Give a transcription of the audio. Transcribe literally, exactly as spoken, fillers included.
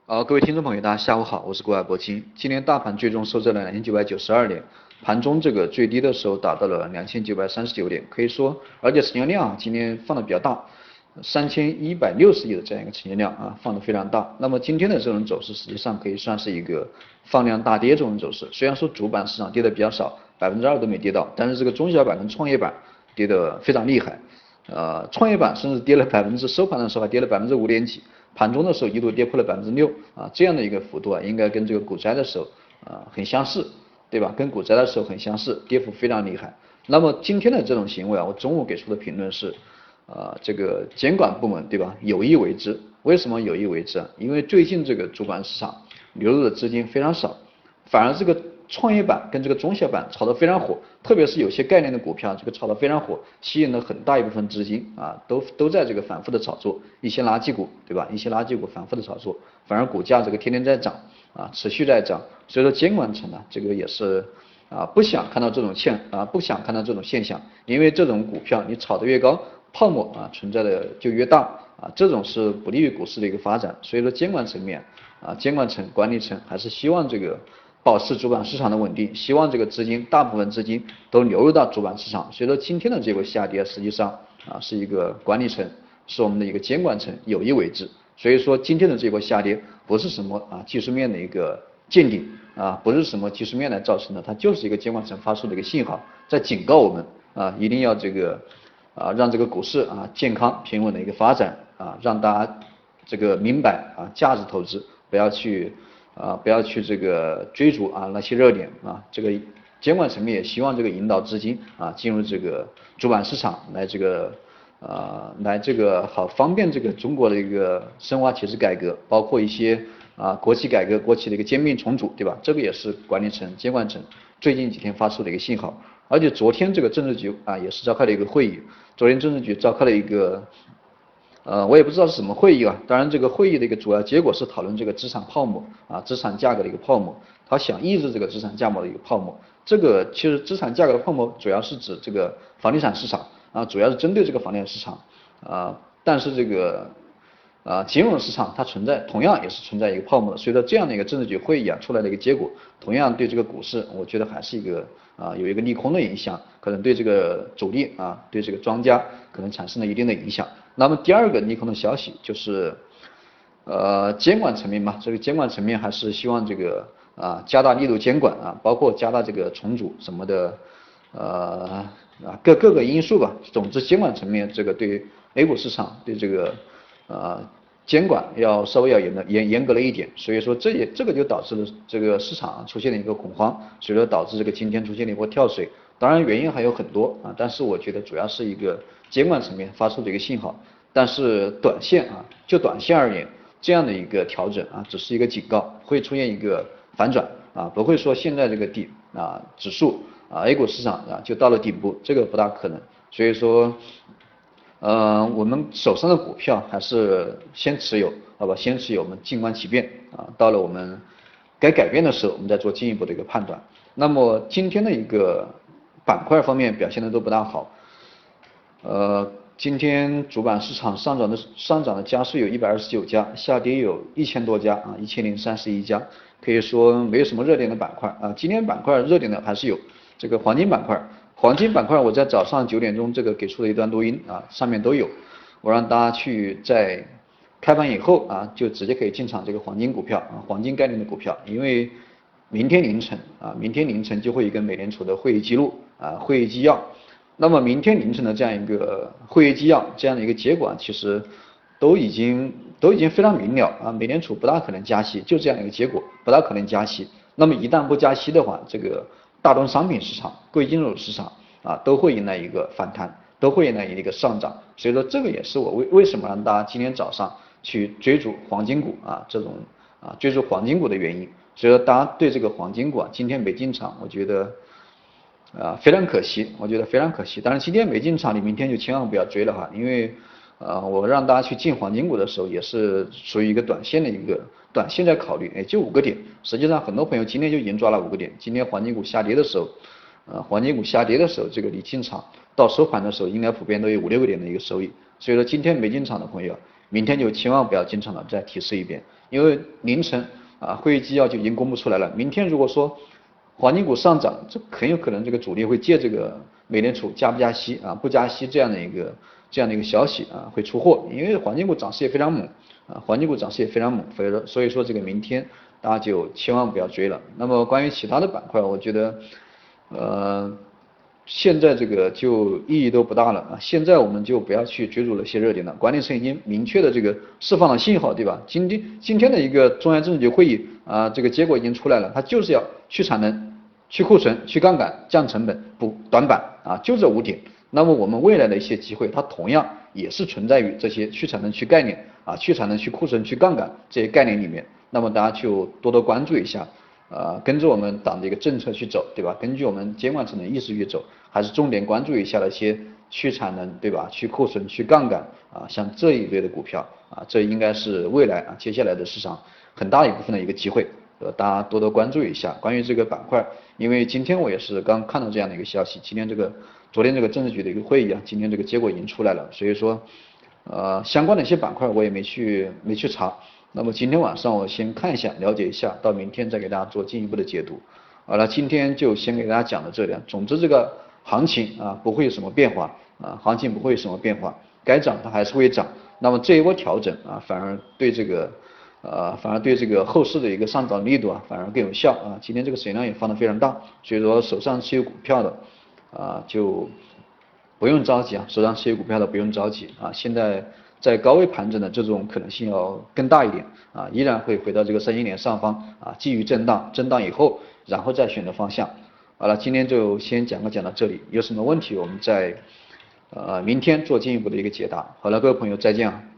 好，各位听众朋友，大家下午好，我是国外博清。今天大盘最终收在了两千九百九十二点，盘中这个最低的时候达到了两千九百三十九点，可以说，而且成交量啊今天放的比较大，三千一百六十亿的这样一个成交量啊，放的非常大。那么今天的这种走势，实际上可以算是一个放量大跌这种走势。虽然说主板市场跌的比较少，百分之二都没跌到，但是这个中小板跟创业板跌得非常厉害。呃，创业板甚至跌了百分之，收盘的时候还跌了百分之五点几，盘中的时候一度跌破了百分之六啊，这样的一个幅度啊，应该跟这个股灾的时候啊很相似，对吧？跟股灾的时候很相似，跌幅非常厉害。那么今天的这种行为啊，我中午给出的评论是，啊，这个监管部门对吧，有意为之。为什么有意为之啊？因为最近这个主板市场流入的资金非常少，反而这个创业板跟这个中小板炒得非常火，特别是有些概念的股票，这个炒得非常火，吸引了很大一部分资金啊，都都在这个反复的炒作一些垃圾股，对吧？一些垃圾股反复的炒作，反而股价这个天天在涨啊，持续在涨，所以说监管层呢，这个也是啊不想看到这种现啊不想看到这种现象，因为这种股票你炒得越高，泡沫啊存在的就越大啊，这种是不利于股市的一个发展，所以说监管层面啊，监管层管理层还是希望这个保持主板市场的稳定，希望这个资金大部分资金都流入到主板市场。所以说今天的这个下跌，实际上啊是一个管理层，是我们的一个监管层有意为之。所以说今天的这波下跌不是什么啊技术面的一个见顶啊，不是什么技术面来造成的，它就是一个监管层发出的一个信号，在警告我们啊一定要这个啊让这个股市啊健康平稳的一个发展啊，让大家这个明白啊价值投资不要去。啊，不要去这个追逐啊那些热点啊，这个监管层面也希望这个引导资金啊进入这个主板市场来这个呃来这个好方便这个中国的一个深化体制改革，包括一些啊国企改革、国企的一个兼并重组，对吧？这个也是管理层、监管层最近几天发出的一个信号。而且昨天这个政治局啊也是召开了一个会议，昨天政治局召开了一个。呃，我也不知道是什么会议啊。当然，这个会议的一个主要结果是讨论这个资产泡沫啊，资产价格的一个泡沫。他想抑制这个资产价格的一个泡沫。这个其实资产价格的泡沫主要是指这个房地产市场啊，主要是针对这个房地产市场啊。但是这个啊，金融市场它存在同样也是存在一个泡沫的。所以说这样的一个政治局会议啊出来的一个结果，同样对这个股市，我觉得还是一个啊有一个利空的影响，可能对这个主力啊对这个庄家可能产生了一定的影响。那么第二个利空的消息就是，呃，监管层面嘛，这个监管层面还是希望这个啊加大力度监管啊，包括加大这个重组什么的，呃啊各各个因素吧。总之，监管层面这个对 A 股市场对这个呃监管要稍微要严的严严格了一点，所以说这也这个就导致了这个市场出现了一个恐慌，所以说导致这个今天出现了一波跳水。当然原因还有很多啊，但是我觉得主要是一个监管层面发出的一个信号。但是短线啊，就短线而言，这样的一个调整啊，只是一个警告，会出现一个反转啊，不会说现在这个底啊指数啊 A 股市场啊就到了顶部，这个不大可能。所以说，呃，我们手上的股票还是先持有，好吧，先持有，我们静观其变啊，到了我们该改变的时候，我们再做进一步的一个判断。那么今天的一个板块方面表现的都不大好，呃，今天主板市场上涨的上涨的家数有一百二十九家，下跌有一千多家啊，一千零三十一家，可以说没有什么热点的板块啊。今天板块热点的还是有这个黄金板块，黄金板块我在早上九点钟这个给出了一段录音啊，上面都有，我让大家去在开盘以后啊，就直接可以进场这个黄金股票啊，黄金概念的股票，因为明天凌晨啊，明天凌晨就会有一个美联储的会议记录啊，会议纪要。那么明天凌晨的这样一个会议纪要，这样的一个结果，其实都已经都已经非常明了啊，美联储不大可能加息，就这样一个结果，不大可能加息。那么一旦不加息的话，这个大宗商品市场、贵金属市场啊，都会迎来一个反弹，都会迎来一个上涨。所以说这个也是我为为什么让大家今天早上去追逐黄金股啊，这种啊追逐黄金股的原因。所以说大家对这个黄金股啊，今天没进场，我觉得。啊，非常可惜，我觉得非常可惜。当然今天没进场，你明天就千万不要追了哈，因为呃，我让大家去进黄金股的时候，也是属于一个短线的一个短线在考虑，也就五个点。实际上很多朋友今天就已经抓了五个点。今天黄金股下跌的时候，呃，黄金股下跌的时候，这个离进场到收盘的时候，应该普遍都有五六个点的一个收益。所以说今天没进场的朋友， 明天就千万不要进场了。再提示一遍，因为凌晨啊会议纪要就已经公布出来了。明天如果说黄金股上涨，这很有可能这个主力会借这个美联储加不加息啊不加息这样的一个这样的一个消息啊会出货，因为黄金股涨势也非常猛啊，黄金股涨势也非常猛，所以说所以说这个明天大家就千万不要追了。那么关于其他的板块，我觉得呃现在这个就意义都不大了啊，现在我们就不要去追逐那些热点了，管理层已经明确的这个释放了信号，对吧？今天今天的一个中央政治局会议啊，这个结果已经出来了，它就是要去产能、去库存、去杠杆、降成本、补短板啊，就这五点。那么我们未来的一些机会，它同样也是存在于这些去产能、去概念啊、去产能、去库存、去杠杆这些概念里面。那么大家就多多关注一下。呃，跟着我们党的一个政策去走，对吧？根据我们监管层的意识去走，还是重点关注一下那些去产能，对吧？去库存、去杠杆啊，像这一类的股票啊，这应该是未来啊接下来的市场很大一部分的一个机会，呃，大家多多关注一下。关于这个板块，因为今天我也是刚看到这样的一个消息，今天这个昨天这个政治局的一个会议啊，今天这个结果已经出来了，所以说呃相关的一些板块我也没去没去查。那么今天晚上我先看一下，了解一下，到明天再给大家做进一步的解读。好了，今天就先给大家讲到这里。总之，这个行情啊不会有什么变化啊，行情不会有什么变化，该涨它还是会涨。那么这一波调整啊，反而对这个呃，反而对这个后市的一个上涨力度啊，反而更有效啊。今天这个水量也放得非常大，所以说手上持有股票的啊就不用着急啊，手上持有股票的不用着急啊，现在。在高位盘整的这种可能性要更大一点啊，依然会回到这个三千点上方啊，基于震荡，震荡以后，然后再选择方向。好了，今天就先讲个讲到这里，有什么问题我们再呃明天做进一步的一个解答。好了，各位朋友再见啊。